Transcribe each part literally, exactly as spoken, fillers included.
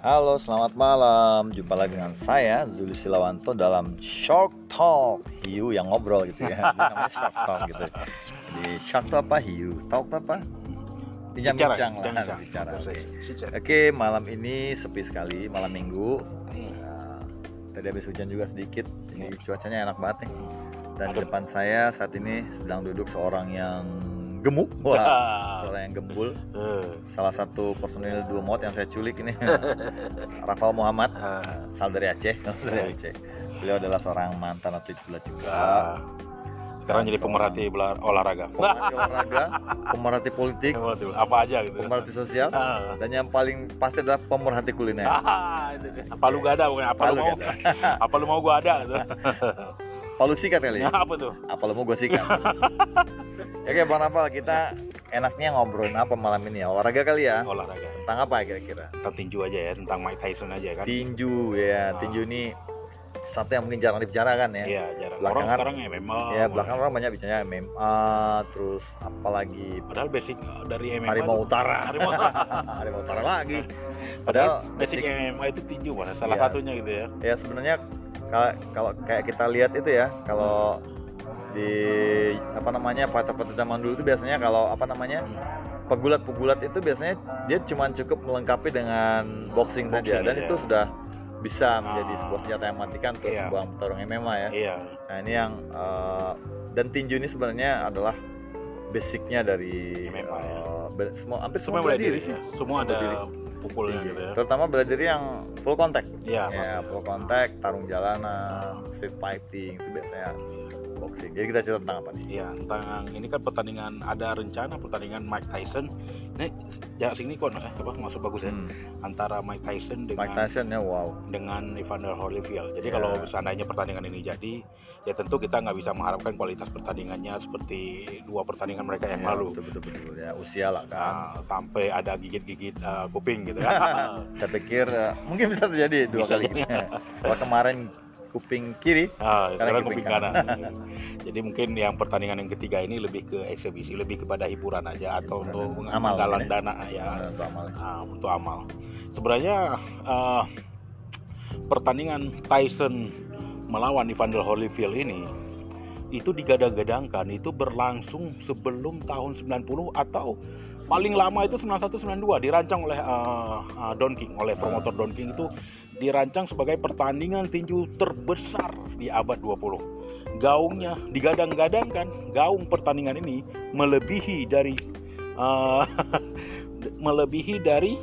Halo, selamat malam. Jumpa lagi dengan saya, Zuli Silawanto dalam Shark Talk. Hiu yang ngobrol gitu ya. Jadi namanya Shark Talk gitu. Jadi Shark itu apa? Hiu. Talk itu apa? Bincang-bincang lah. Bincang. Bicara. Oke. Bicara. Oke, malam ini sepi sekali, malam minggu. Nah, tadi habis hujan juga sedikit. Jadi cuacanya enak banget nih. Dan di depan saya saat ini sedang duduk seorang yang gemuk, wah, seorang yang gembul, salah satu personil Duo Mode yang saya culik ini, Rafal Muhammad, asal dari Aceh, dari Aceh. Beliau adalah seorang mantan atlet bola juga. Sekarang jadi pemerhati olahraga. Pemerhati olahraga, pemerhati politik, apa aja gitu. pemerhati sosial, dan yang paling pasti adalah pemerhati kuliner. Apa lu gak ada, bukan apa lu mau? Apa lu mau gua ada gitu. Palu sikat kali ya? Apa tuh? Apa lu mau gue sikat? Oke Bang Rafal, kita enaknya ngobrolin apa malam ini ya? Olahraga kali ya? Olahraga. Tentang apa kira-kira? Tentang tinju aja ya, tentang Mike Tyson aja kan. Tinju ya, ah. tinju ini satu yang mungkin jarang dibicarakan ya. Iya, jarang. Belakangan, orang sekarang ya memang. Ya, belakangan orang banyak bicaranya M M A, terus apalagi. Padahal basic dari M M A Harimau itu, Utara. Harimau Utara. Harimau Utara lagi. Padahal basic, basic M M A itu tinju, mana salah ya, satunya gitu ya. Ya sebenarnya kalau kayak kita lihat itu ya, kalau di apa namanya fighter-fighter zaman dulu itu biasanya kalau apa namanya pegulat-pegulat itu biasanya dia cuma cukup melengkapi dengan boxing, boxing saja dan ya. Itu sudah bisa menjadi sebuah senjata yang mematikan untuk iya. sebuah petarung M M A ya. Iya. Nah ini yang uh, dan tinju ini sebenarnya adalah basicnya dari M M A ya. uh, semua hampir semua, semua bela diri sih. Semua, semua ada diri. Pukulnya gitu ya. Terutama bela diri yang full contact. Iya, ya, full contact, tarung jalanan, street fighting itu biasanya boxing. Jadi kita cerita tentang apa nih? Iya, tentang ini kan pertandingan, ada rencana pertandingan Mike Tyson. Ini ya sini kok eh, apa masuk bagus ya. Hmm. Antara Mike Tyson dengan Mike Tyson ya wow. dengan Evander Holyfield. Jadi yeah. kalau seandainya pertandingan ini jadi, ya tentu kita nggak bisa mengharapkan kualitas pertandingannya seperti dua pertandingan mereka yang yeah, lalu. Betul betul betul ya, usia lah kan. Nah, sampai ada gigit-gigit uh, kuping gitu ya. Saya pikir uh, mungkin bisa terjadi dua bisa kali. Kalau kemarin kuping kiri, ah, sekarang kuping, kuping kanan. kanan. Jadi mungkin yang pertandingan yang ketiga ini lebih ke eksebisi, lebih kepada hiburan aja atau hiburan untuk menggalang dana ya, untuk amal. Ah, untuk amal. Sebenarnya uh, pertandingan Tyson melawan Evander Holyfield ini itu digadang-gadangkan itu berlangsung sebelum tahun sembilan puluh atau paling lama itu sembilan puluh satu sembilan puluh dua, dirancang oleh uh, uh, Don King, oleh promotor Don King itu dirancang sebagai pertandingan tinju terbesar di abad dua puluh. Gaungnya digadang-gadangkan, gaung pertandingan ini melebihi dari uh, melebihi dari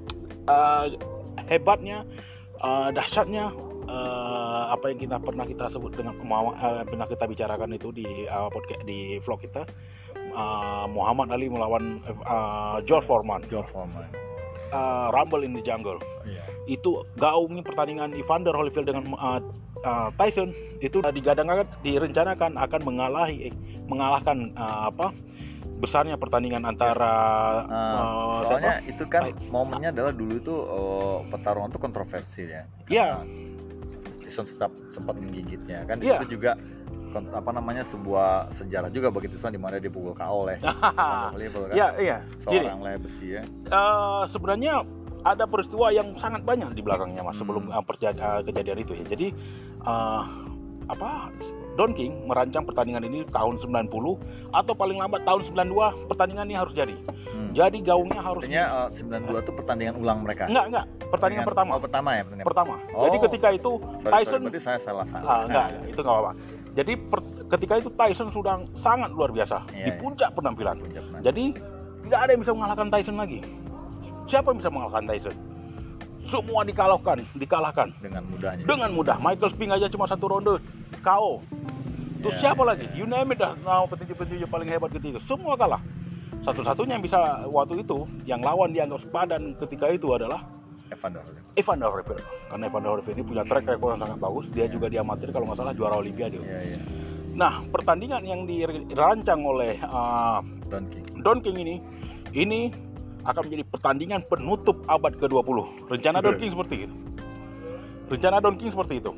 uh, hebatnya, uh, dahsyatnya uh, apa yang kita pernah kita sebut dengan uh, pernah kita bicarakan itu di uh, podcast di vlog kita, uh, Muhammad Ali melawan uh, George Foreman. George Foreman. Uh, Rumble in the Jungle. Yeah. Itu gaungnya pertandingan Evander Holyfield dengan uh, uh, Tyson itu digadang-gadang direncanakan akan mengalahi eh, mengalahkan uh, apa besarnya pertandingan antara yes. uh, uh, soalnya siapa? Itu kan momennya adalah dulu itu uh, pertarungan itu kontroversi ya. Iya. Tyson sempat sempat menggigitnya kan di yeah. situ juga apa namanya sebuah sejarah juga begitu Tyson di mana dia pukul K O oleh Holyfield kan. Iya, iya. Seorang lea besi ya. Uh, sebenarnya ada peristiwa yang sangat banyak di belakangnya Mas sebelum uh, perja- uh, kejadian itu ya. Jadi uh, apa Don King merancang pertandingan ini tahun sembilan puluh atau paling lambat tahun sembilan puluh dua pertandingan ini harus jadi. Hmm. Jadi gaungnya harus artinya uh, sembilan puluh dua itu pertandingan ulang mereka. Enggak, enggak. Pertandingan, pertandingan pertama. Oh, pertama ya, pertandingan pertama. Oh. Jadi ketika itu sorry, Tyson sorry, berarti saya salah salah. Ah, enggak, itu enggak apa-apa. Jadi per, ketika itu Tyson sudah sangat luar biasa yeah, di puncak yeah. penampilan. Puncak penampilan. Jadi tidak ada yang bisa mengalahkan Tyson lagi. Siapa yang bisa mengalahkan Tyson? Semua dikalahkan, dikalahkan dengan mudahnya. Dengan mudah. Michael Spink aja cuma satu ronde K O. Terus yeah, siapa yeah. lagi? You name it dah. Nah, petinju-petinju paling hebat ketika semua kalah. Satu-satunya yang bisa waktu itu yang lawan dianggap sepadan ketika itu adalah Evander Evander Holyfield. Karena Evander Holyfield ini punya track record yang sangat bagus. Dia yeah. juga diamatir kalau nggak salah juara Olimpiade. Yeah, yeah. Nah, pertandingan yang dirancang oleh uh, Don King. Don King ini, ini akan menjadi pertandingan penutup abad ke dua puluh. Rencana Don King seperti itu. Rencana Don King seperti itu.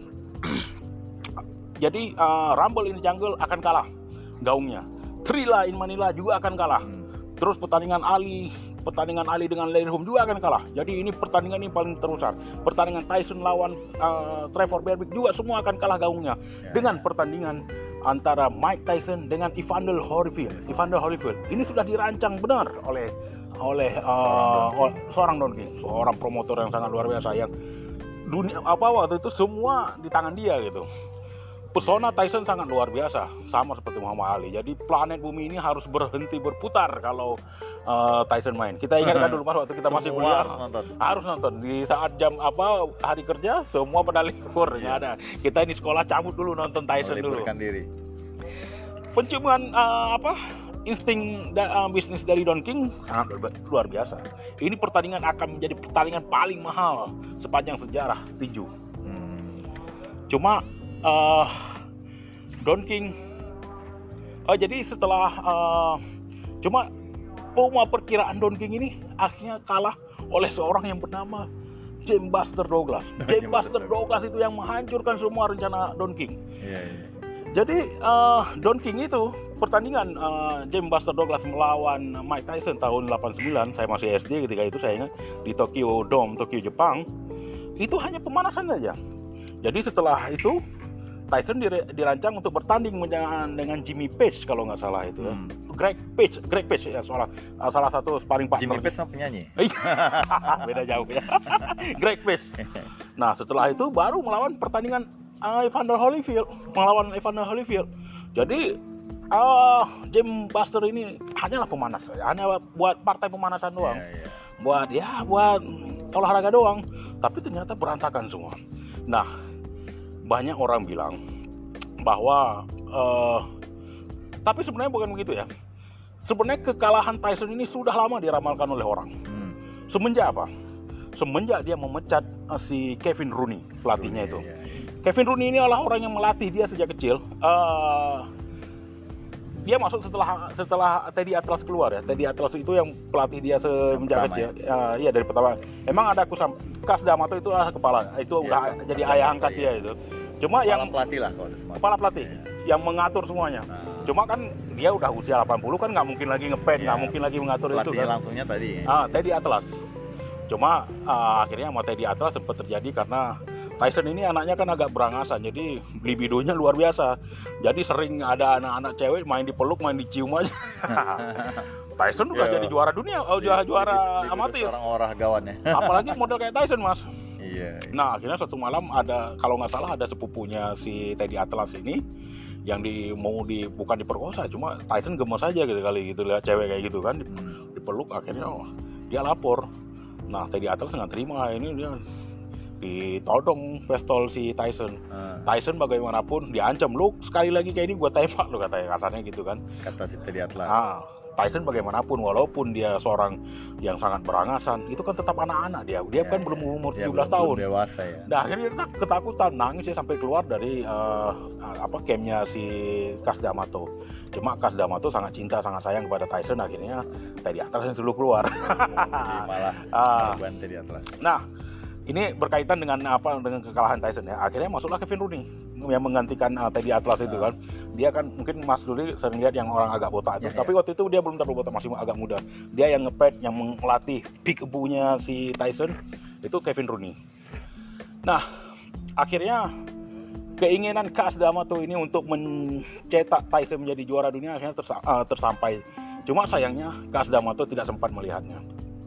Jadi uh, Rumble in the Jungle akan kalah gaungnya. Thrilla in Manila juga akan kalah. Hmm. Terus pertandingan Ali pertandingan Ali dengan Larry Holmes juga akan kalah. Jadi ini pertandingan ini paling terbesar. Pertandingan Tyson lawan uh, Trevor Berbick juga semua akan kalah gaungnya. Ya, dengan ya. Pertandingan antara Mike Tyson dengan Evander Holyfield. Evander Holyfield ini sudah dirancang benar oleh oleh uh, seorang Don King, seorang promotor yang sangat luar biasa yang dunia apa waktu itu semua di tangan dia gitu. Pesona Tyson sangat luar biasa, sama seperti Muhammad Ali. Jadi planet bumi ini harus berhenti berputar kalau uh, Tyson main. Kita ingatkan dulu mas waktu kita semua masih kuliah harus nonton. Harus nonton di saat jam apa hari kerja semua pada libur nggak yeah. ada. Kita ini sekolah cabut dulu nonton Tyson dulu. Diri. Penciuman uh, apa insting da, uh, bisnis dari Don King sangat luar biasa. Ini pertandingan akan menjadi pertandingan paling mahal sepanjang sejarah tinju. Hmm. Cuma Uh, Don King uh, jadi setelah uh, cuma semua perkiraan Don King ini akhirnya kalah oleh seorang yang bernama James Buster Douglas. James Buster Douglas itu yang menghancurkan semua rencana Don King. Yeah, yeah. Jadi uh, Don King itu pertandingan uh, James Buster Douglas melawan Mike Tyson tahun delapan puluh sembilan, saya masih S D ketika itu saya ingat, di Tokyo Dome, Tokyo Jepang. Itu hanya pemanasan saja. Jadi setelah itu Tyson dirancang untuk bertanding dengan, dengan Jimmy Page kalau nggak salah itu ya. Hmm. Greg Page, Greg Page ya salah salah satu sparring partner. Jimmy Page mah penyanyi. Beda jauh ya. Greg Page. Nah setelah itu baru melawan pertandingan uh, Evander Holyfield, melawan Evander Holyfield. Jadi uh, James Buster ini hanyalah pemanas, hanya buat partai pemanasan doang, yeah, yeah. buat ya buat olahraga doang. Tapi ternyata berantakan semua. Nah banyak orang bilang bahwa uh, tapi sebenarnya bukan begitu ya. Sebenarnya kekalahan Tyson ini sudah lama diramalkan oleh orang. Hmm. Semenjak apa? Semenjak dia memecat uh, si Kevin Rooney, pelatihnya Rooney, itu. Ya, ya. Kevin Rooney ini adalah orang yang melatih dia sejak kecil. Uh, dia masuk setelah setelah Teddy Atlas keluar ya. Teddy Atlas itu yang pelatih dia semenjak kecil. Ya. Uh, iya dari pertama. Emang ada Kusam Kas D'Amato itu adalah kepala, itu ya, udah Kas jadi ayah angkat dia itu. Cuma kepala yang pelatih lah kalau kepala pelatih ya. Yang mengatur semuanya. Nah. Cuma kan dia udah usia delapan puluh kan nggak mungkin lagi ngepet, nggak ya, mungkin lagi mengatur itu kan. Langsungnya tadi. Ya. Ah, Teddy Atlas. Cuma uh, akhirnya sama Teddy Atlas sempat terjadi karena Tyson ini anaknya kan agak berangasan, jadi libidonya luar biasa. Jadi sering ada anak-anak cewek main dipeluk, main dicium aja. Tyson udah yeah. jadi juara dunia, oh yeah, juara amatir. Orang olahragawan ya. Apalagi model kayak Tyson mas. Iya. Yeah. Nah akhirnya satu malam ada, kalau nggak salah ada sepupunya si Teddy Atlas ini yang di mau di bukan diperkosa, cuma Tyson gemes aja gitu kali gitu lihat cewek kayak gitu kan, dipeluk akhirnya oh, dia lapor. Nah Teddy Atlas nggak terima, ini dia ditodong pistol si Tyson. Hmm. Tyson bagaimanapun diancam, lu sekali lagi kayak ini gua tembak lu katanya, kasarnya gitu kan. Kata si Teddy Atlas. Nah, Tyson bagaimanapun walaupun dia seorang yang sangat berangasan, itu kan tetap anak-anak dia. Dia ya, kan ya, belum umur tujuh belas belum, tahun. Belum dewasa ya. Nah, akhirnya dia ketakutan, nangis ya sampai keluar dari uh, apa campnya si Kas D'Amato. Cuma Kas D'Amato sangat cinta, sangat sayang kepada Tyson, akhirnya Teddy Atlas yang selalu keluar. Jadi malah korban uh, Teddy Atlas. Nah, ini berkaitan dengan apa dengan kekalahan Tyson ya. Akhirnya masuklah Kevin Rooney yang menggantikan uh, Teddy Atlas itu kan. Dia kan mungkin Mas Duli sering lihat yang orang agak botak itu, ya, tapi ya. Waktu itu dia belum terlalu botak, masih agak muda. Dia yang ngepet, yang melatih peekaboo-nya si Tyson itu Kevin Rooney. Nah, akhirnya keinginan Kas D'Amato ini untuk mencetak Tyson menjadi juara dunia akhirnya tersa- uh, tersampai. Cuma sayangnya Kas D'Amato tidak sempat melihatnya.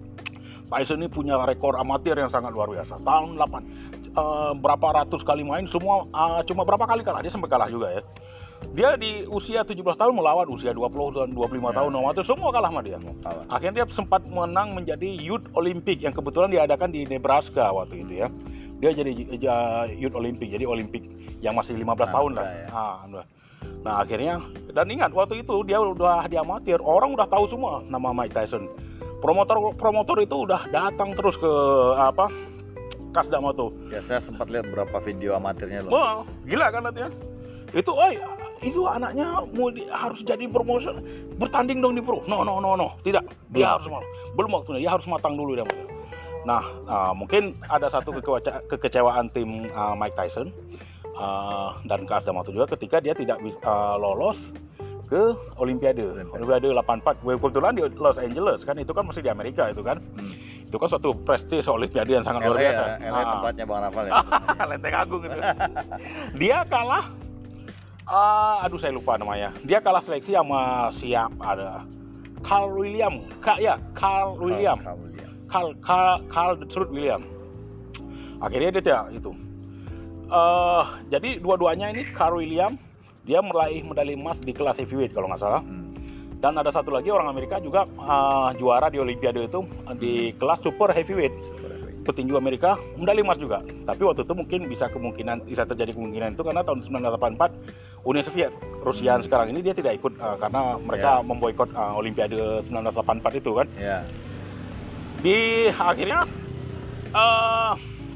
Tyson ini punya rekor amatir yang sangat luar biasa. Tahun delapan uh, berapa ratus kali main semua uh, cuma berapa kali kalah, dia sampai kalah juga ya. Dia di usia tujuh belas tahun melawan usia dua puluh dan dua puluh lima ya. tahun amatir semua kalah sama dia. Kalah. Akhirnya dia sempat menang menjadi Youth Olympic yang kebetulan diadakan di Nebraska waktu itu ya. Dia jadi Youth Olympic, jadi Olimpik yang masih lima belas nah, tahun lah. Ya. Nah, nah, akhirnya dan ingat waktu itu dia udah di amatir, orang udah tahu semua nama Mike Tyson. Promotor-promotor itu udah datang terus ke apa Kas D'Amato. Ya saya sempat lihat beberapa video amatirnya loh. Wah, gila kan nanti ya. Itu, oh itu anaknya mau di, harus jadi promotion, bertanding dong di pro. No no no no, tidak. Dia harus mau. Belum waktunya, dia harus matang dulu dia. Nah, uh, mungkin ada satu kekewaca, kekecewaan tim uh, Mike Tyson uh, dan Kas D'Amato juga ketika dia tidak uh, lolos ke Olimpiade. Olimpiade delapan puluh empat. Kebetulan di Los Angeles kan, itu kan masih di Amerika itu kan. Hmm. Itu kan suatu prestis Olimpiade yang sangat luar biasa. Ya, L A nah. tempatnya Bang Rafal ya. Lenteng Agung itu. Dia kalah uh, aduh saya lupa namanya. Dia kalah seleksi sama siap ada Carl William. Kak ya, Carl William. Carl William. Carl Carl, Carl Truth William. Akhirnya dia tidak itu. Uh, jadi dua-duanya ini Carl William dia meraih medali emas di kelas heavyweight kalau nggak salah. Hmm. Dan ada satu lagi orang Amerika juga uh, juara di Olimpiade itu di kelas super heavyweight. Super heavyweight. Petinju Amerika medali emas juga. Tapi waktu itu mungkin bisa kemungkinan bisa terjadi kemungkinan itu karena tahun sembilan belas delapan puluh empat Uni Soviet, Rusia hmm. sekarang ini dia tidak ikut uh, karena mereka yeah. memboikot uh, Olimpiade sembilan belas delapan puluh empat itu kan. Yeah. Di akhirnya uh,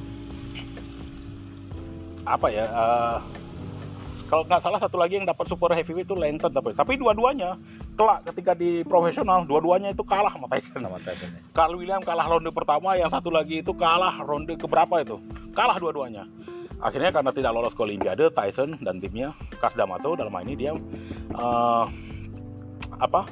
apa ya? Uh, Kalau nggak salah satu lagi yang dapat super heavyweight itu Langton dapat. Tapi dua-duanya kelak ketika di profesional dua-duanya itu kalah sama Tyson. Sama Tyson. Ya. Carl William kalah ronde pertama, yang satu lagi itu kalah ronde keberapa itu. Kalah dua-duanya. Akhirnya karena tidak lolos ke Olimpiade, Tyson dan timnya Cus D'Amato dalam hal ini dia uh, apa?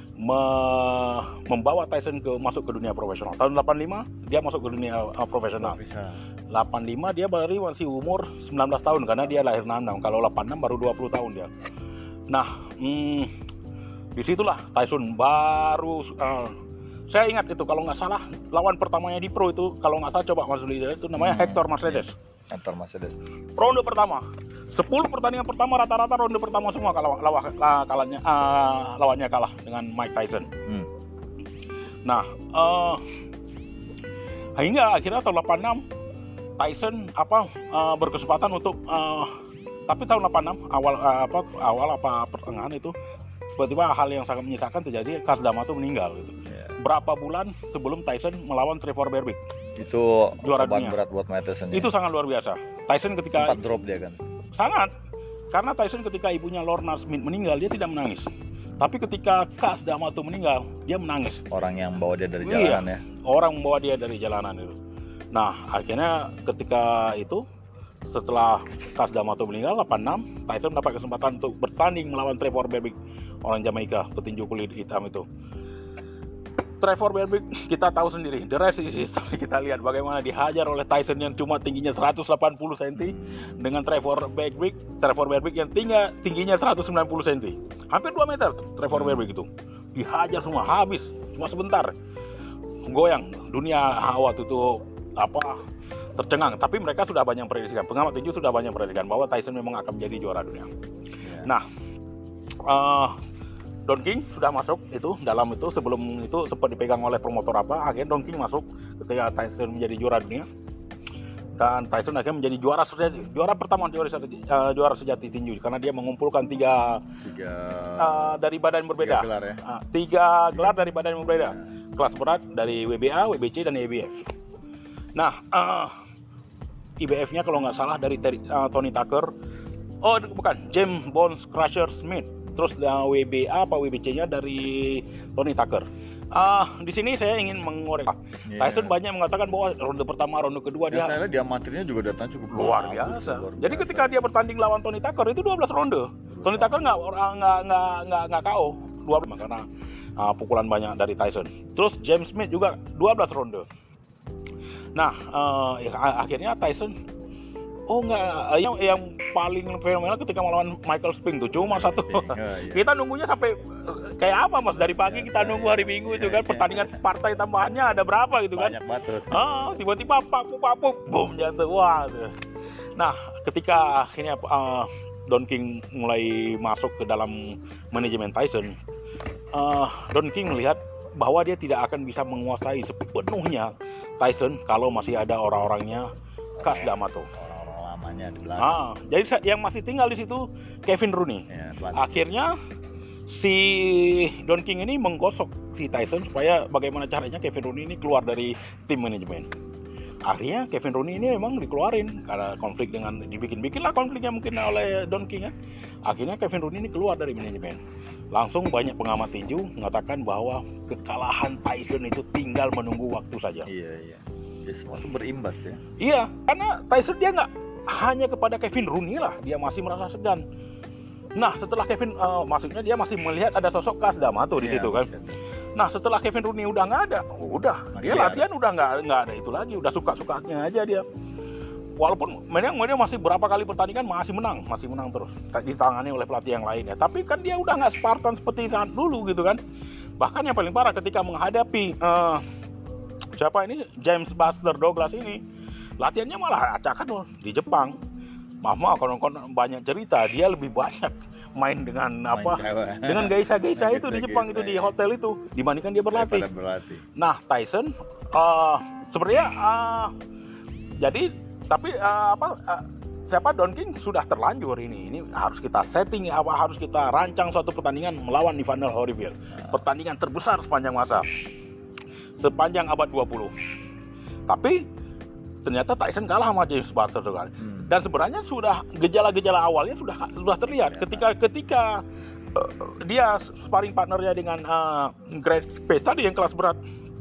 Me- membawa Tyson ke masuk ke dunia profesional. Tahun delapan puluh lima dia masuk ke dunia uh, profesional. delapan puluh lima dia baru masih umur sembilan belas tahun karena dia lahir enam puluh enam. Kalau delapan puluh enam baru dua puluh tahun dia. Nah, hmm, disitulah Tyson baru uh, saya ingat itu kalau nggak salah lawan pertamanya di pro itu kalau nggak salah coba Mas Lider itu namanya hmm, Hector Mercedes. Iya. Hector Mercedes. Ronde pertama. sepuluh pertandingan pertama rata-rata ronde pertama semua kalau lawan kalahnya uh, lawannya kalah dengan Mike Tyson. Hmm. Nah, uh, hingga akhirnya tahun delapan puluh enam Tyson apa uh, berkesempatan untuk uh, tapi tahun delapan puluh enam awal uh, apa awal apa pertengahan itu tiba-tiba hal yang sangat menyisakan terjadi. Cus D'Amato meninggal gitu. Yeah. Berapa bulan sebelum Tyson melawan Trevor Berbick. Itu juara dunia berat buat Tyson. Ya? Itu sangat luar biasa. Tyson ketika sempat drop dia kan. Sangat. Karena Tyson ketika ibunya Lorna Smith meninggal dia tidak menangis. Tapi ketika Cus D'Amato meninggal dia menangis. Orang yang membawa dia dari jalanan iya, ya. Orang membawa dia dari jalanan itu. Nah, akhirnya ketika itu setelah Cus D'Amato meninggal delapan puluh enam, Tyson mendapat kesempatan untuk bertanding melawan Trevor Berbick, orang Jamaika, petinju kulit hitam itu. Trevor Berbick kita tahu sendiri, the rest is history. Kita lihat bagaimana dihajar oleh Tyson yang cuma tingginya seratus delapan puluh sentimeter dengan Trevor Berbick, Trevor Berbick yang tinggi, tingginya seratus sembilan puluh sentimeter. Hampir dua meter Trevor Berbick itu. Dihajar semua, habis, cuma sebentar. Goyang dunia waktu itu apa tercengang, tapi mereka sudah banyak prediksikan, pengamat tinju sudah banyak prediksikan bahwa Tyson memang akan menjadi juara dunia. Yeah. Nah, uh, Don King sudah masuk itu dalam itu sebelum itu sempat dipegang oleh promotor apa, akhirnya Don King masuk ketika Tyson menjadi juara dunia dan Tyson akhirnya menjadi juara sejati, juara pertama juara sejati, uh, juara sejati tinju karena dia mengumpulkan tiga, tiga uh, dari badan berbeda, tiga gelar, ya? uh, tiga gelar dari badan yang berbeda, yeah. Kelas berat dari W B A, W B C dan I B F. Nah, uh, I B F-nya kalau nggak salah dari Terry, uh, Tony Tucker, oh bukan, James Bones Crusher Smith. Terus uh, W B A apa W B C-nya dari Tony Tucker. Uh, di sini saya ingin mengorek. Yeah. Tyson banyak mengatakan bahwa ronde pertama, ronde kedua dia. Ya, saya lihat di amatirnya juga datang cukup luar biasa. Luar biasa. Jadi ketika dia bertanding lawan Tony Tucker itu dua belas ronde. Tony Tucker nggak nggak nggak nggak nggak K O dua belas karena uh, pukulan banyak dari Tyson. Terus James Smith juga dua belas ronde. Nah, uh, ya, akhirnya Tyson oh enggak, yang, yang paling fenomenal ketika melawan Michael Spink tuh cuma satu. Oh, iya. Kita nunggunya sampai kayak apa Mas, dari pagi kita nunggu hari Minggu itu kan, pertandingan partai tambahannya ada berapa gitu kan. Banyak banget. Ah, tiba-tiba papu papu boom jatuh. Wah. Nah, ketika akhirnya uh, Don King mulai masuk ke dalam manajemen Tyson, uh, Don King melihat bahwa dia tidak akan bisa menguasai sepenuhnya Tyson kalau masih ada orang-orangnya Cus D'Amato. Di belakang. Ah, jadi yang masih tinggal di situ Kevin Rooney. Ya, akhirnya si Don King ini menggosok si Tyson supaya bagaimana caranya Kevin Rooney ini keluar dari tim manajemen. Akhirnya Kevin Rooney ini memang dikeluarin karena konflik dengan dibikin-bikinlah konfliknya mungkin oleh Don King ya. Akhirnya Kevin Rooney ini keluar dari manajemen. Langsung banyak pengamat tinju mengatakan bahwa kekalahan Tyson itu tinggal menunggu waktu saja. Iya iya. Jadi semua itu berimbas ya. Iya, karena Tyson dia nggak hanya kepada Kevin Rooney lah dia masih merasa segan. Nah setelah Kevin, uh, maksudnya dia masih melihat ada sosok Cus D'Amato di situ kan. Nah setelah Kevin Rooney udah nggak ada, udah dia latihan udah nggak nggak ada itu lagi, udah suka-sukanya aja dia. Walaupun memang dia masih berapa kali pertandingan masih menang, masih menang terus ditangani oleh pelatih yang lain ya. Tapi kan dia udah nggak Spartan seperti saat dulu gitu kan. Bahkan yang paling parah ketika menghadapi uh, siapa ini James Buster Douglas ini, latihannya malah acakan loh di Jepang. Mama kalau banyak cerita dia lebih banyak main dengan main apa Jawa. Dengan geisha-geisha itu di Jepang itu di hotel itu dibandingkan dia berlatih. berlatih. Nah Tyson uh, sebenarnya uh, jadi tapi uh, apa uh, siapa Don King sudah terlanjur ini ini harus kita setting apa harus kita rancang suatu pertandingan melawan Evander Holyfield, uh. pertandingan terbesar sepanjang masa sepanjang abad dua puluh. Tapi ternyata Tyson kalah sama James Buster kan. Hmm. Dan sebenarnya sudah gejala-gejala awalnya sudah sudah terlihat ya, ketika ketika uh, dia sparring partnernya dengan uh, Greg Pace tadi yang kelas berat.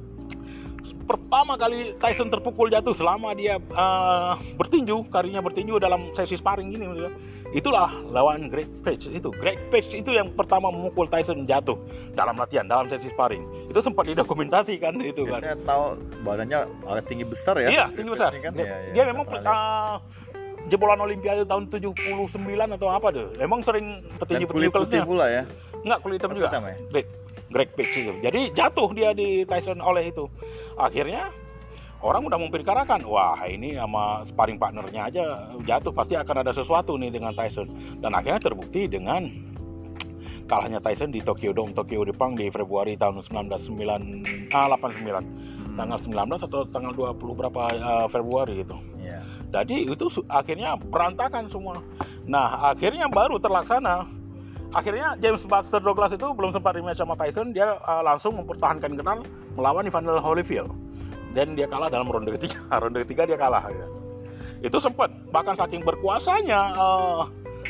Pertama kali Tyson terpukul jatuh selama dia uh, bertinju, karirnya bertinju dalam sesi sparring ini, itulah lawan Greg Pace itu. Greg Pace itu yang pertama memukul Tyson jatuh dalam latihan, dalam sesi sparring. Itu sempat didokumentasikan itu kan. Saya tahu badannya agak tinggi besar ya. Iya, tinggi besar. Kan? Dia, ya, ya, dia memang uh, jebolan Olimpiade tahun tujuh puluh sembilan atau apa tuh. Emang sering petinju-petinju kelasnya. Putih pula ya. Enggak, kulit hitam juga. Hitam, ya? Greg Pace itu. Jadi jatuh dia di Tyson oleh itu. Akhirnya orang udah memperkirakan, wah ini sama sparring partnernya aja jatuh pasti akan ada sesuatu nih dengan Tyson. Dan akhirnya terbukti dengan kalahnya Tyson di Tokyo Dome, Tokyo Jepang di Februari tahun sembilan belas delapan puluh sembilan. Hmm. Tanggal sembilan belas atau tanggal dua puluh berapa uh, Februari itu. Yeah. Jadi itu akhirnya berantakan semua. Nah, akhirnya baru terlaksana. Akhirnya James Buster Douglas itu belum sempat rematch sama Tyson, dia uh, langsung mempertahankan kenal melawan Evander Holyfield. Dan dia kalah dalam ronde ketiga. Ronde ketiga dia kalah ya. Itu sempat bahkan saking berkuasanya uh,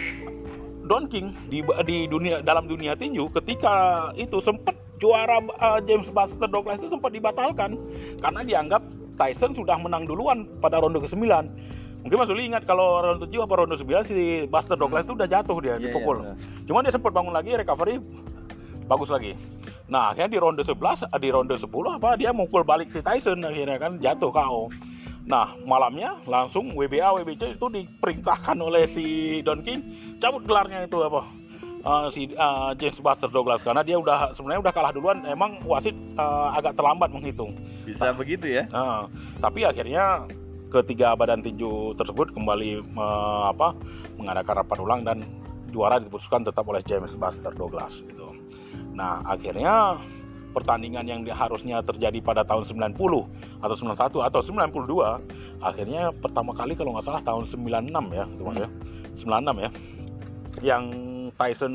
Don King di, di dunia dalam dunia tinju ketika itu sempat juara uh, James Buster Douglas itu sempat dibatalkan karena dianggap Tyson sudah menang duluan pada ronde kesembilan. Mungkin Mas Uli ingat kalau ronde tujuh apa ronde sembilan si Buster Douglas itu udah jatuh dia, yeah, dipukul. Yeah, Cuma dia sempat bangun lagi, recovery bagus lagi. Nah, akhirnya di ronde sebelas, di ronde sepuluh apa dia mukul balik si Tyson akhirnya kan jatuh K O. Nah, malamnya langsung W B A W B C itu diperintahkan oleh si Don King cabut gelarnya itu apa? Uh, si uh, James Buster Douglas karena dia udah sebenarnya udah kalah duluan, emang wasit uh, agak terlambat menghitung. Bisa nah, begitu ya? Uh, tapi akhirnya ketiga badan tinju tersebut kembali uh, apa mengadakan rapat ulang dan juara diputuskan tetap oleh James Buster Douglas gitu. Nah, akhirnya pertandingan yang harusnya terjadi pada tahun sembilan puluh atau sembilan puluh satu atau sembilan puluh dua akhirnya pertama kali kalau nggak salah tahun sembilan puluh enam ya, teman ya. sembilan puluh enam ya. Yang Tyson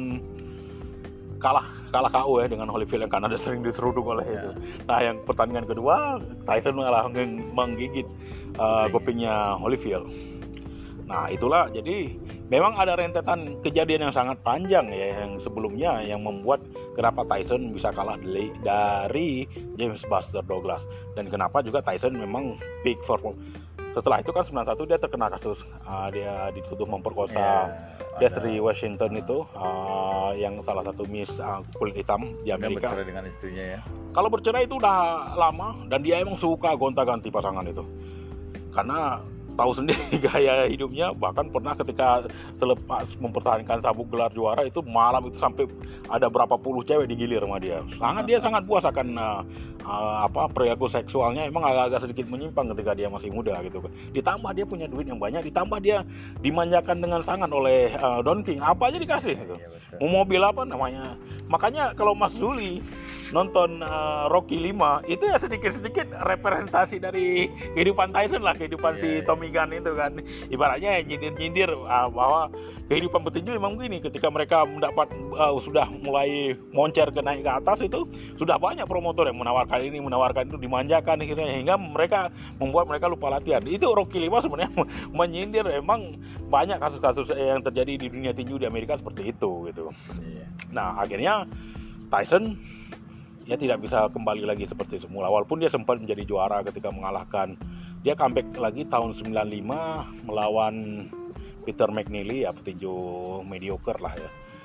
kalah kalah K O ya dengan Holyfield yang karena sering diseruduk oleh yeah. itu. Nah, yang pertandingan kedua Tyson malah menggigit uh, kupingnya Holyfield. Nah, itulah jadi memang ada rentetan kejadian yang sangat panjang ya yang sebelumnya yang membuat kenapa Tyson bisa kalah dari, dari James Buster Douglas dan kenapa juga Tyson memang peak perform. Setelah itu kan sembilan puluh satu dia terkena kasus uh, dia dituduh memperkosa yeah. Desiree Washington itu uh, yang salah satu Miss uh, kulit hitam di Amerika. Bercerai dengan istrinya ya. Kalau bercerai itu udah lama dan dia emang suka gonta-ganti pasangan itu. Karena tahu sendiri gaya hidupnya, bahkan pernah ketika selepas mempertahankan sabuk gelar juara itu malam itu sampai ada berapa puluh cewek digilir sama dia. Sangat dia sangat puas akan uh, uh, apa perilaku seksualnya, emang agak-agak sedikit menyimpang ketika dia masih muda gitu kan. Ditambah dia punya duit yang banyak, ditambah dia dimanjakan dengan sangat oleh uh, Don King, apa aja dikasih gitu. Ya, mau mobil apa namanya. Makanya kalau Mas Zuli nonton uh, Rocky lima itu ya sedikit-sedikit representasi dari kehidupan Tyson lah, kehidupan yeah, si Tommy Gunn itu kan, ibaratnya nyindir-nyindir uh, bahwa kehidupan petinju memang begini. Ketika mereka mendapat uh, sudah mulai moncer ke naik ke atas itu sudah banyak promotor yang menawarkan ini menawarkan itu, dimanjakan akhirnya hingga mereka membuat mereka lupa latihan. Itu Rocky lima sebenarnya menyindir emang banyak kasus-kasus yang terjadi di dunia tinju di Amerika seperti itu gitu. Yeah. Nah, akhirnya Tyson dia tidak bisa kembali lagi seperti semula. Walaupun dia sempat menjadi juara ketika mengalahkan, dia comeback lagi tahun sembilan puluh lima melawan Peter McNeely ya, petinju mediocre lah ya.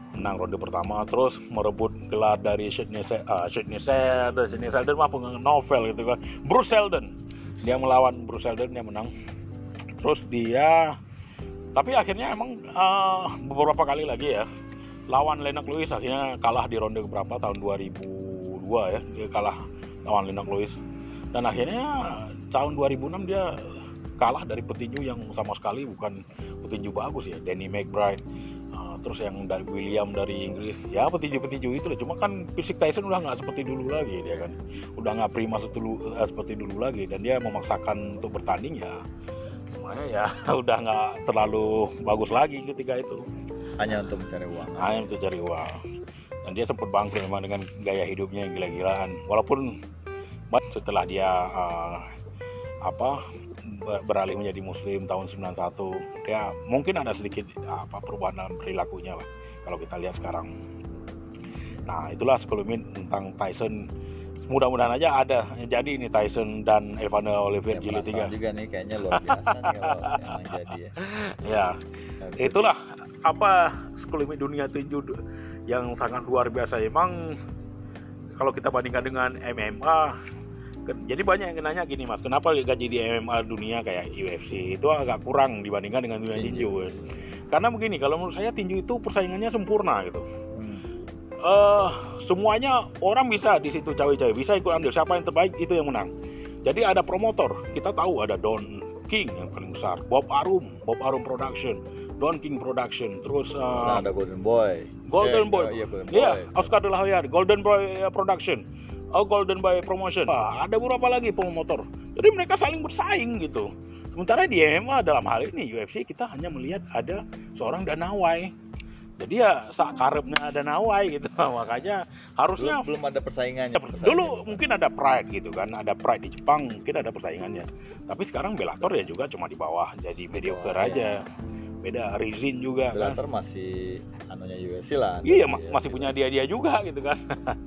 menang ronde pertama, terus merebut gelar dari Sydney uh, Sydney Sheldon, Sydney Sheldon mah novel gitu kan. Bruce Seldon, dia melawan Bruce Seldon, dia menang. Terus dia, tapi akhirnya emang uh, beberapa kali lagi ya lawan Lennox Lewis, akhirnya kalah di ronde berapa tahun dua ribu dua ya, dia kalah lawan Lennox Lewis. Dan akhirnya tahun dua ribu enam dia kalah dari petinju yang sama sekali bukan petinju bagus ya, Danny McBride. Terus yang dari William dari Inggris, ya petinju-petinju itu lah. Cuma kan fisik Tyson udah nggak seperti dulu lagi dia kan, udah nggak prima setulu, eh, seperti dulu lagi, dan dia memaksakan untuk bertanding ya, semuanya ya udah nggak terlalu bagus lagi ketika itu. Hanya untuk mencari uang. Hanya untuk cari uang. Dan dia sempat bangkrut memang dengan gaya hidupnya yang gila-gilaan. Walaupun setelah dia uh, apa beralih menjadi muslim tahun sembilan puluh satu, dia mungkin ada sedikit apa perubahan dalam perilakunya lah kalau kita lihat sekarang. Nah, itulah sekelumit tentang Tyson. Mudah-mudahan aja ada jadi ini Tyson dan Evander Holyfield jilid tiga juga nih, kayaknya luar biasa nih kalau emang jadi ya. Ya, itulah apa sekelumit dunia tinju yang sangat luar biasa emang kalau kita bandingkan dengan M M A. Jadi banyak yang nanya gini, Mas, kenapa gaji di M M A dunia kayak U F C itu agak kurang dibandingkan dengan dunia tinju? tinju. Karena begini, kalau menurut saya tinju itu persaingannya sempurna gitu. Hmm. Uh, semuanya orang bisa di situ cawe-cawe, bisa ikut ambil, siapa yang terbaik itu yang menang. Jadi ada promotor, kita tahu ada Don King yang paling besar, Bob Arum, Bob Arum Production, Don King Production, terus uh, nah, ada Golden Boy, Golden eh, Boy, iya, Golden yeah, Boy. Oscar de la Hoya, Golden Boy Production. Oh, Golden Boy Promotion. Ah, ada beberapa lagi promotor. Jadi mereka saling bersaing gitu. Sementara di M M A dalam hal ini U F C kita hanya melihat ada seorang Danawai. Jadi ya sak karepnya Danawai gitu. Makanya harusnya belum, belum ada persaingannya. persaingan. Dulu mungkin ada Pride gitu kan, ada Pride di Jepang, mungkin ada persaingannya. Tapi sekarang Bellator ya juga cuma di bawah, jadi mediocre oh, aja. Iya. Beda Rizin juga. Bellator kan masih anunya U F C lah. Iya, ma- masih punya dia-dia juga gitu kan.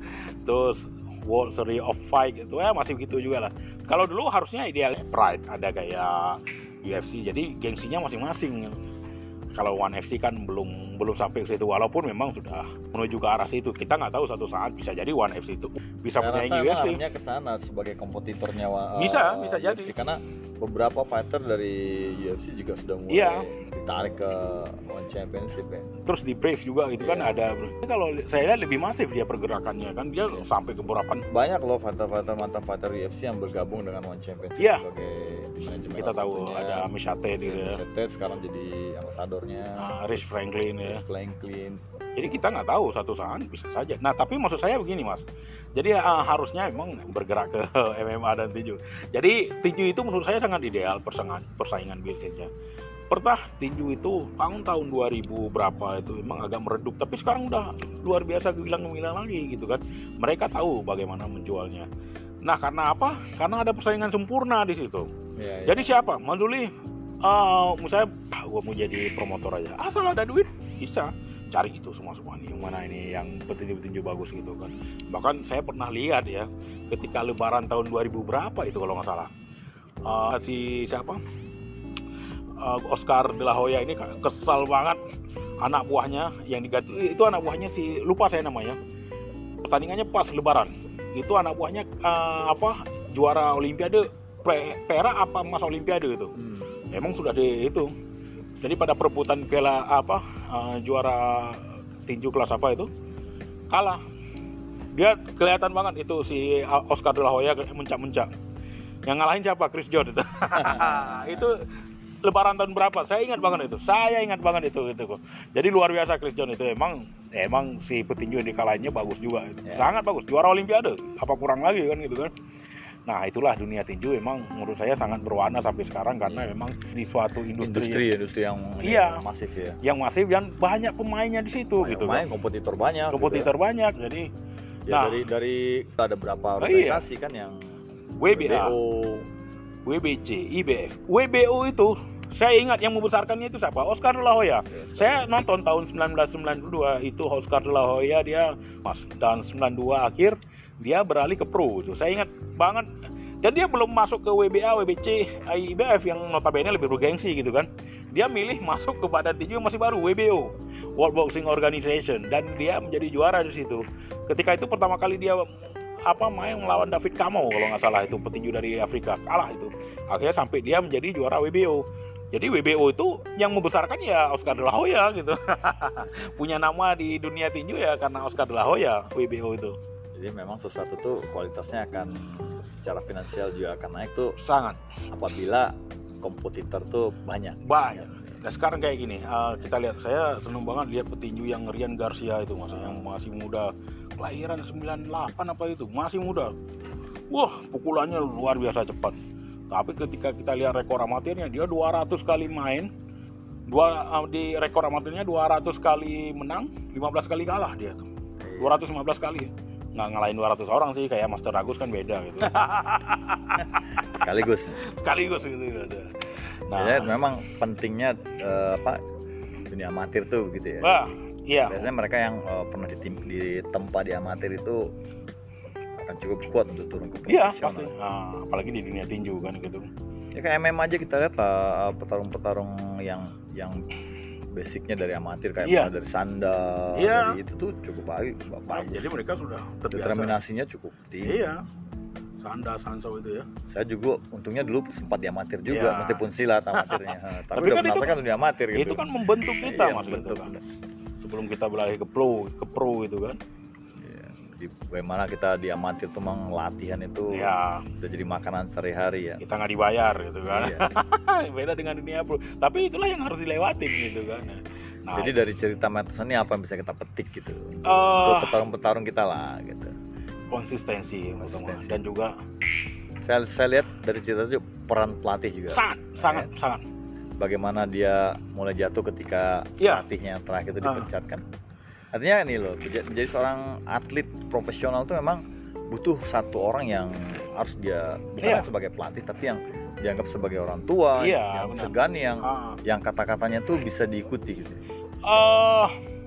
Terus World Series of Fight gitu ya masih begitu juga lah. Kalau dulu harusnya idealnya Pride ada kayak U F C, jadi gengsinya masing-masing. Kalau One F C kan belum belum sampai ke situ, walaupun memang sudah menuju ke arah situ. Kita nggak tahu satu saat bisa jadi One F C itu bisa punya U F C. Arahnya ke sana sebagai kompetitornya uh, bisa bisa U F C, jadi karena beberapa fighter dari U F C juga sudah mulai iya. ditarik ke One Championship ya. Terus di Brave juga gitu yeah. kan ada. Kalau saya lihat lebih masif dia pergerakannya kan, dia yeah. sampai ke beberapa. Banyak loh fighter-fighter mantan fighter U F C yang bergabung dengan One Championship yeah. sebagai manajemen. Kita tahu ada Mishate gitu ya. Mishate sekarang jadi ambasadornya. Nah, Rich Franklin ya. Rich Franklin. Jadi kita nggak tahu satu saat bisa saja. Nah tapi maksud saya begini, Mas. Jadi uh, harusnya memang bergerak ke M M A dan tinju. Jadi tinju itu menurut saya sangat ideal persaingan persaingan bisnisnya. Pertah tinju itu tahun-tahun dua ribu berapa itu memang agak meredup, tapi sekarang udah luar biasa gemilang-gemilang lagi gitu kan. Mereka tahu bagaimana menjualnya. Nah karena apa? Karena ada persaingan sempurna di situ. Ya, ya. Jadi siapa? Manduli, uh, misalnya, ah, gua mau jadi promotor aja. Asal ada duit bisa. Cari itu semua-semua nih, yang mana ini yang petinju-petinju bagus gitu kan. Bahkan saya pernah lihat ya ketika lebaran tahun dua ribu berapa itu kalau nggak salah, uh, si siapa uh, Oscar de la Hoya ini kesal banget, anak buahnya yang diganti itu anak buahnya si lupa saya namanya, pertandingannya pas lebaran itu anak buahnya uh, apa juara olimpiade perak apa emas olimpiade itu hmm. memang sudah di itu. Jadi pada perebutan piala apa uh, juara tinju kelas apa itu kalah. Dia kelihatan banget itu si Oscar de la Hoya mencak-mencak. Yang ngalahin siapa? Chris John itu. Itu lebaran tahun berapa? Saya ingat banget itu. Saya ingat banget itu itu kok. Jadi luar biasa Chris John itu emang emang si petinju yang dikalahinnya bagus juga. Yeah. Sangat bagus. Juara olimpiade. Apa kurang lagi kan gitu kan. Nah itulah dunia tinju memang menurut saya sangat berwarna sampai sekarang karena memang di suatu industri industri, industri yang iya, masif ya. Yang masif dan banyak pemainnya di situ banyak gitu. Pemain, kompetitor banyak. Kompetitor gitu ya. banyak. Jadi ya nah, dari dari ada berapa organisasi iya. kan yang W B A, W B C, I B F. W B O itu saya ingat yang membesarkannya itu siapa? Oscar de la Hoya. Ya, saya nonton tahun sembilan belas sembilan puluh dua itu Oscar de la Hoya dia mas dan sembilan puluh dua akhir dia beralih ke pro itu. Saya ingat banget dan dia belum masuk ke W B A, W B C, I B F yang notabene lebih bergengsi gitu kan. Dia milih masuk ke badan tinju yang masih baru W B O. World Boxing Organization, dan dia menjadi juara di situ. Ketika itu pertama kali dia apa main melawan David Kamo kalau nggak salah, itu petinju dari Afrika, kalah itu. Akhirnya sampai dia menjadi juara W B O. Jadi W B O itu yang membesarkan ya Oscar de la Hoya gitu. Punya nama di dunia tinju ya karena Oscar de la Hoya W B O itu. Jadi memang sesuatu tuh kualitasnya akan secara finansial juga akan naik tuh sangat apabila kompetitor tuh banyak. Banyak. Nah sekarang kayak gini, uh, kita lihat, saya seneng banget lihat petinju yang Ryan Garcia itu, maksudnya yang masih muda, kelahiran sembilan puluh delapan apa itu, masih muda. Wah, pukulannya luar biasa cepat. Tapi ketika kita lihat rekor amatirnya, dia dua ratus kali main, dua uh, di rekor amatirnya dua ratus kali menang, lima belas kali kalah dia tuh. dua ratus lima belas kali. Nggak ngalahin dua ratus orang sih, kayak Master Agus kan beda gitu. Sekaligus. Sekaligus gitu ada. Nah, jadi memang pentingnya uh, apa dunia amatir tuh gitu ya. Wah, iya. Biasanya mereka yang uh, pernah ditempa di amatir itu akan cukup kuat untuk turun ke profesional. Iya pasti. Nah, apalagi di dunia tinju kan gitu. Ya kayak M M A aja kita lihat lah, petarung-petarung yang yang basicnya dari amatir kayak iya. dari sandal, iya. dari itu tuh cukup baik, bagus. Nah, jadi mereka sudah terbiasa. Determinasinya cukup tinggi. Iya. Sanda, Sanso itu ya. Saya juga untungnya dulu sempat di amatir juga, ya. meskipun silat amatirnya. Tapi, Tapi udah kan itu merasakan dunia amatir gitu. Itu kan membentuk kita iya, mas membentuk. gitu kan. Sebelum kita beralih ke pro, ke pro itu kan. Iya. Jadi bagaimana kita di amatir tuh memang latihan itu ya. Udah jadi makanan sehari-hari ya. Kita nggak dibayar gitu kan. Iya. Beda dengan dunia pro. Tapi itulah yang harus dilewatin gitu kan. Nah, jadi dari cerita Matheus ini apa yang bisa kita petik gitu untuk, uh, untuk petarung-petarung kita lah gitu. Konsistensi, konsistensi. Dan juga saya, saya lihat dari cerita itu peran pelatih juga sangat nah, sangat ya. sangat bagaimana dia mulai jatuh ketika ya. pelatihnya yang terakhir itu dipecat kan. Artinya ini loh, menjadi seorang atlet profesional itu memang butuh satu orang yang harus dia bukan ya. sebagai pelatih tapi yang dianggap sebagai orang tua, ya, yang benar. segani, yang ah. yang kata-katanya tuh bisa diikuti gitu. Uh,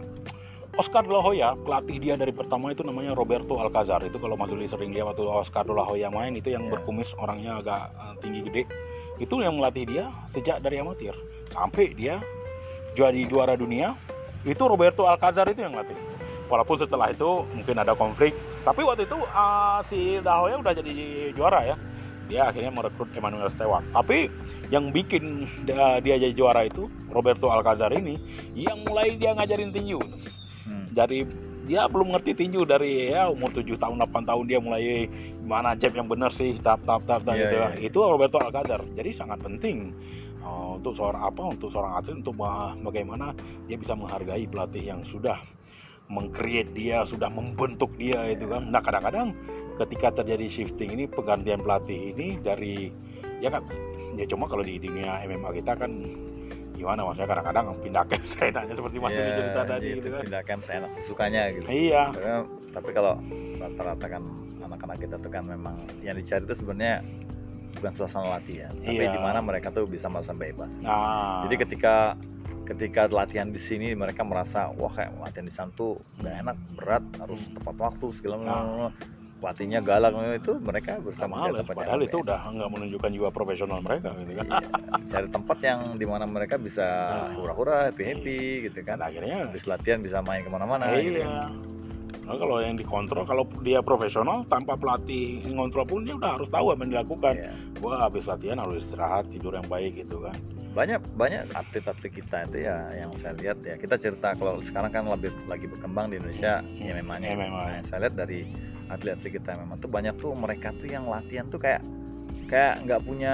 Oscar de la Hoya, pelatih dia dari pertama itu namanya Roberto Alcazar. Itu kalau Mas Juli sering lihat waktu Oscar de la Hoya main, itu yang yeah. berkumis, orangnya agak uh, tinggi gede. Itu yang melatih dia sejak dari amatir sampai dia jadi juara dunia. Itu Roberto Alcazar itu yang melatih. Walaupun setelah itu mungkin ada konflik, tapi waktu itu uh, si de la Hoya udah jadi juara ya. Dia akhirnya merekrut Emmanuel Stewart. Tapi yang bikin dia, dia jadi juara itu Roberto Alcazar ini, yang mulai dia ngajarin tinju. Hmm. Dari dia belum ngerti tinju dari ya umur tujuh tahun delapan tahun dia mulai gimana jab yang benar sih, tap tap tap yeah, gitu. Yeah. Itu Roberto Alcazar. Jadi sangat penting uh, untuk seorang apa untuk seorang atlet untuk bagaimana dia bisa menghargai pelatih yang sudah meng-create dia, sudah membentuk dia itu kan. Nah, kadang-kadang ketika terjadi shifting ini, penggantian pelatih ini dari ya kan ya cuma kalau di dunia M M A kita kan gimana maksudnya kadang-kadang pindah camp seenaknya seperti Mas Yuli yeah, cerita tadi gitu kan. Pindah camp seenak sesukanya gitu. Iya. Karena, tapi kalau rata-rata kan anak-anak kita tuh kan memang yang dicari itu sebenarnya bukan suasana latihan, tapi iya. di mana mereka tuh bisa merasa bebas. Nah. Jadi ketika ketika latihan di sini mereka merasa wah kayak latihan di sana tuh gak enak, berat, harus tepat waktu segala macam. Nah. Pelatihnya galak itu mereka bersama nah, tempat padahal itu udah nggak menunjukkan jiwa profesional mereka gitu kan. Iya. Cari tempat yang dimana mereka bisa nah. hura-hura, happy-happy gitu kan. Nah, akhirnya habis latihan bisa main kemana-mana iya. gitu kan. Nah, kalau yang dikontrol, kalau dia profesional tanpa pelatih ngontrol pun dia udah harus tahu apa yang dilakukan. Iya. Wah, habis latihan harus istirahat, tidur yang baik gitu kan. Banyak banyak atlet-atlet kita itu ya yang saya lihat ya, kita cerita kalau sekarang kan lebih lagi berkembang di Indonesia hmm. ya memangnya. Ya, memang. Nah, saya lihat dari atlet-atlet kita memang tuh banyak tuh mereka tuh yang latihan tuh kayak kayak nggak punya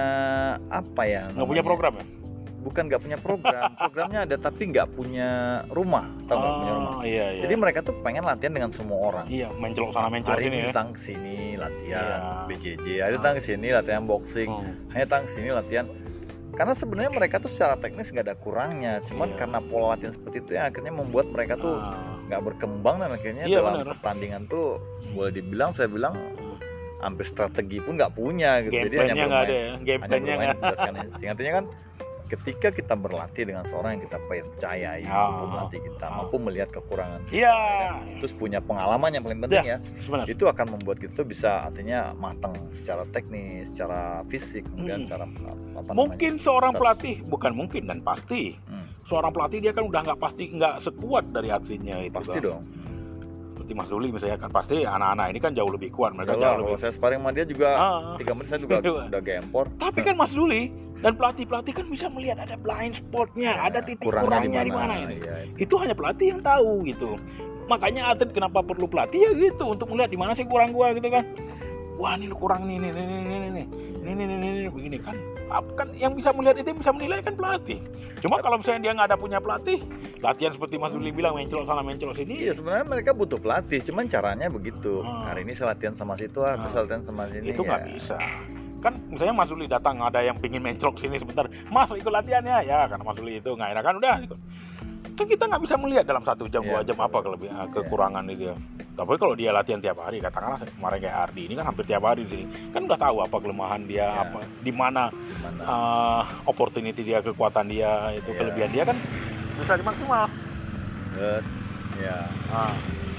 apa ya? Nggak punya program ya? Bukan nggak punya program, programnya ada tapi nggak punya rumah, tahu nggak oh, punya rumah. Iya, iya. Jadi mereka tuh pengen latihan dengan semua orang. Iya, mencelok sana mencelok sini ya. Datang sini latihan iya. B J J, ada datang ke sini latihan boxing, hmm. hanya datang ke sini latihan. Karena sebenarnya mereka tuh secara teknis nggak ada kurangnya, cuman iya. karena pola latihan seperti itu ya akhirnya membuat mereka tuh nggak ah. berkembang dan akhirnya iya, dalam bener. pertandingan tuh boleh dibilang saya bilang hampir strategi pun nggak punya gitu. Game jadi hanya bermain, ada ya. Game hanya bermain berdasarkan insting. Artinya kan ketika kita berlatih dengan seorang yang kita percayai, ah. mampu melatih kita, ah. mampu melihat kekurangan kita, yeah. kan? Terus punya pengalaman yang paling penting ya, ya itu akan membuat kita bisa artinya matang secara teknis, secara fisik, kemudian hmm. secara apa mungkin namanya, seorang start. pelatih bukan mungkin dan pasti hmm. seorang pelatih dia kan udah nggak pasti nggak sekuat dari atletnya itu. Pasti kan. dong. Seperti Mas Duli misalnya kan pasti anak-anak ini kan jauh lebih kuat, mereka Yalah, jauh lebih. kalau saya sparring sama dia juga Ah. tiga menit saya juga udah gempor. Tapi kan Mas Duli dan pelatih-pelatih kan bisa melihat ada blind spotnya, Ya, ada titik kurangnya kurangnya di di mana mana, ini. ya, Itu hanya pelatih yang tahu gitu. Makanya atlet kenapa perlu pelatih ya gitu untuk melihat di mana sih kurang gua gitu kan. Wah ini lu kurang nih nih nih nih nih nih nih nih nih nih begini kan. Kan yang bisa melihat itu yang bisa menilai kan pelatih. Cuma kalau misalnya dia nggak ada punya pelatih, latihan seperti Mas Duli bilang mencelok sana mencelok sini. Iya sebenarnya mereka butuh pelatih, cuman caranya begitu. Hmm. Hari ini saya latihan sama situ, ah, terus Hmm. latihan sama sini. Itu nggak ya. bisa. Kan misalnya Mas Duli datang ada yang pingin mencelok sini sebentar, Mas ikut latihannya ya karena Mas Duli itu nggak enak kan udah ikut. Kan kita nggak bisa melihat dalam satu jam dua Iya, jam apa kelebihan kekurangan itu ya. Tapi kalau dia latihan tiap hari, katakanlah kemarin kayak Ardi ini kan hampir tiap hari sini, kan udah tahu apa kelemahan dia, Iya. apa di mana Gimana? uh, opportunity dia, kekuatan dia, itu Iya. kelebihan dia kan bisa dimaksimal. Terus, ya. Nah,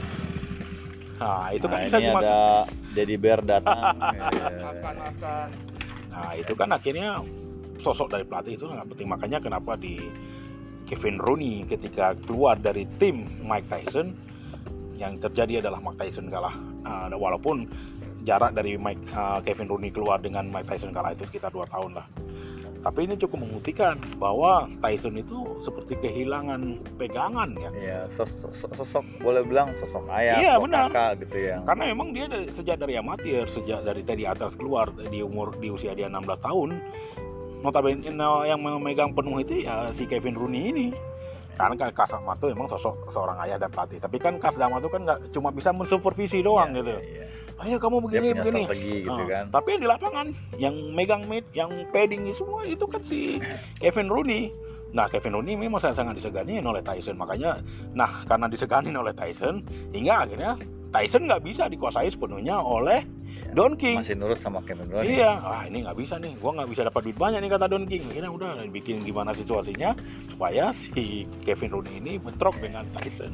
nah itu kan Nah, bisa ini dimaksimal. ada Dedi Bear datang. Iya. akan-akan Nah itu kan akhirnya sosok dari pelatih itu sangat penting. Makanya kenapa di Kevin Rooney ketika keluar dari tim Mike Tyson, yang terjadi adalah Mike Tyson kalah. Uh, walaupun jarak dari Mike uh, Kevin Rooney keluar dengan Mike Tyson kalah itu sekitar dua tahun lah. Tapi ini cukup membuktikan bahwa Tyson itu seperti kehilangan pegangan ya. Iya, sosok, sosok boleh bilang sosok ayah, Iya, sosok benar. kakak gitu ya. Karena memang dia dari, sejak dari amatir, sejak dari tadi atas keluar di umur di usia dia enam belas tahun, notabene no, yang memegang penuh itu ya si Kevin Rooney ini. Karena kan Kas Damato memang sosok seorang ayah dan pelatih. Tapi kan Kas Damato kan nggak cuma bisa mensupervisi doang Iya, gitu. iya. Ayo kamu Dia begini punya begini. strategi gitu Ah, kan. Tapi yang di lapangan, yang megang mid, yang padding semua itu kan si Kevin Rooney. Nah Kevin Rooney memang sangat disegani oleh Tyson. Makanya, nah karena disegani oleh Tyson, hingga akhirnya Tyson nggak bisa dikuasai sepenuhnya oleh Don King. Masih nurut sama Kevin Rooney. Iya, ah ini nggak bisa nih, gua nggak bisa dapat duit banyak nih kata Don King. Akhirnya udah bikin gimana situasinya supaya si Kevin Rooney ini bentrok dengan Tyson.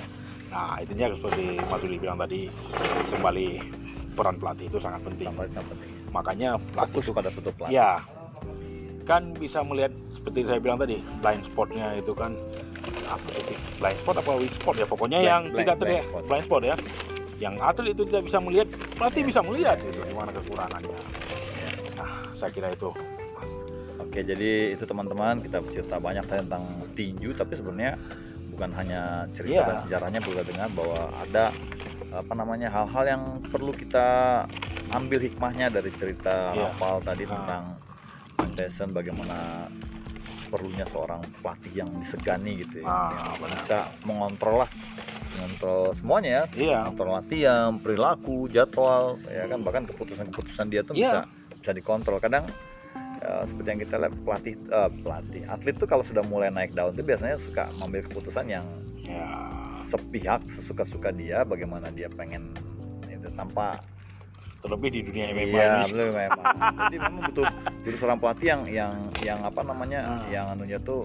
Nah intinya seperti Mas Duli bilang tadi, kembali peran pelatih itu sangat penting. Sangat sangat penting. Makanya pelatih Fokus pada satu pelatih. ya kan bisa melihat seperti saya bilang tadi, blind spotnya itu kan apa itu blind spot apa weak spot ya, pokoknya Blind- yang blind- tidak terlihat blind spot. blind spot ya. Yang atlet itu tidak bisa melihat, pelatih bisa melihat gitu di mana kekurangannya. Nah, saya kira itu. Oke, jadi itu teman-teman, kita cerita banyak tentang tinju, tapi sebenarnya bukan hanya cerita Iya. dan sejarahnya, perlu dengar bahwa ada apa namanya hal-hal yang perlu kita ambil hikmahnya dari cerita Iya. Rafael tadi Ah. tentang Mike Tyson, bagaimana perlunya seorang pelatih yang disegani gitu ya, Ah, yang benar. bisa mengontrol lah, mengontrol semuanya ya, Iya. mengontrol latihan, perilaku, jadwal, ya kan, bahkan keputusan-keputusan dia tuh Iya. bisa bisa dikontrol. Kadang ya, seperti yang kita lihat pelatih eh, pelatih atlet tuh kalau sudah mulai naik daun tuh biasanya suka mengambil keputusan yang Ya. sepihak, sesuka-suka dia, bagaimana dia pengen itu, tanpa Terlebih di dunia M M A iya ini. belum memang. Jadi memang butuh butuh seorang pelatih yang yang yang apa namanya Ah. yang anunya tuh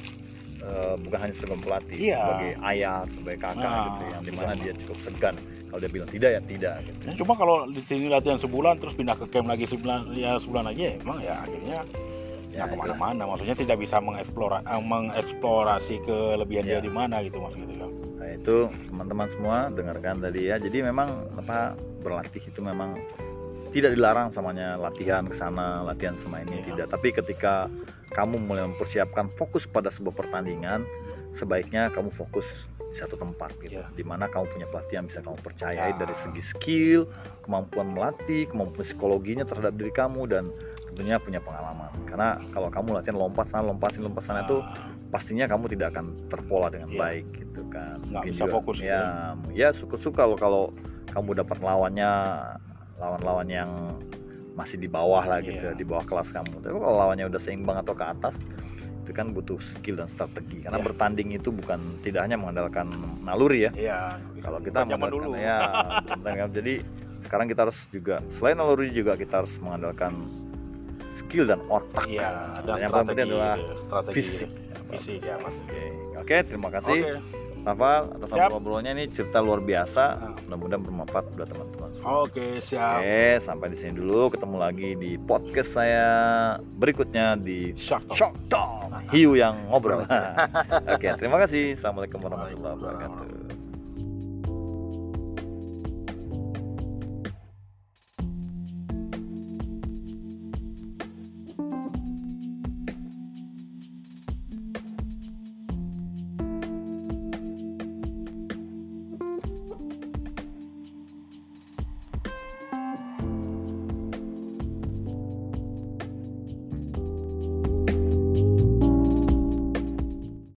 eh, bukan hanya sebagai pelatih, Iya. sebagai ayah, sebagai kakak Ah, gitu, yang dimana iya. dia cukup segan. Kalau dia bilang tidak ya tidak gitu. Ya, cuma kalau di sini latihan sebulan terus pindah ke camp lagi sebulan ya sebulan lagi ya, emang ya akhirnya Ya, ya kemana-mana. Maksudnya tidak bisa mengeksplora, eh, mengeksplorasi kelebihan Ya. dia di mana gitu mas gitu ya. Nah itu teman-teman semua dengarkan tadi ya. Jadi memang apa berlatih itu memang tidak dilarang samanya latihan ke sana, latihan sama ini Iya. tidak. Tapi ketika kamu mulai mempersiapkan fokus pada sebuah pertandingan, sebaiknya kamu fokus di satu tempat gitu. Iya. Dimana kamu punya pelatih yang bisa kamu percayai Ya. dari segi skill, kemampuan melatih, kemampuan psikologinya terhadap diri kamu, dan tentunya punya pengalaman. Karena kalau kamu latihan lompat sana, lompat sini, lompat sana itu pastinya kamu tidak akan terpola dengan Iya. baik gitu kan. Nggak Mungkin bisa juga, fokus gitu ya ya suka-suka loh kalau kamu dapat lawannya lawan-lawan yang masih di bawah lah gitu, Iya. di bawah kelas kamu. Tapi kalau lawannya udah seimbang atau ke atas, itu kan butuh skill dan strategi. Karena Iya. bertanding itu bukan tidak hanya mengandalkan naluri ya. Iya. Kalau kita zaman mengandalkan dulu. ya, benar. Jadi sekarang kita harus juga selain naluri juga kita harus mengandalkan skill dan otak. Iya, dan yang paling strategi, penting adalah strategi fisik. fisik ya mas. Oke, oke, terima kasih. Oke. Rafael atas ngobrol-ngobrolnya, ini cerita luar biasa. Mudah-mudahan bermanfaat buat teman-teman semua. Oke, siap. Oke, sampai di sini dulu. Ketemu lagi di podcast saya berikutnya di Shock Talk. Shock Talk. Hiu yang ngobrol. Oke, terima kasih. Assalamualaikum warahmatullahi wabarakatuh.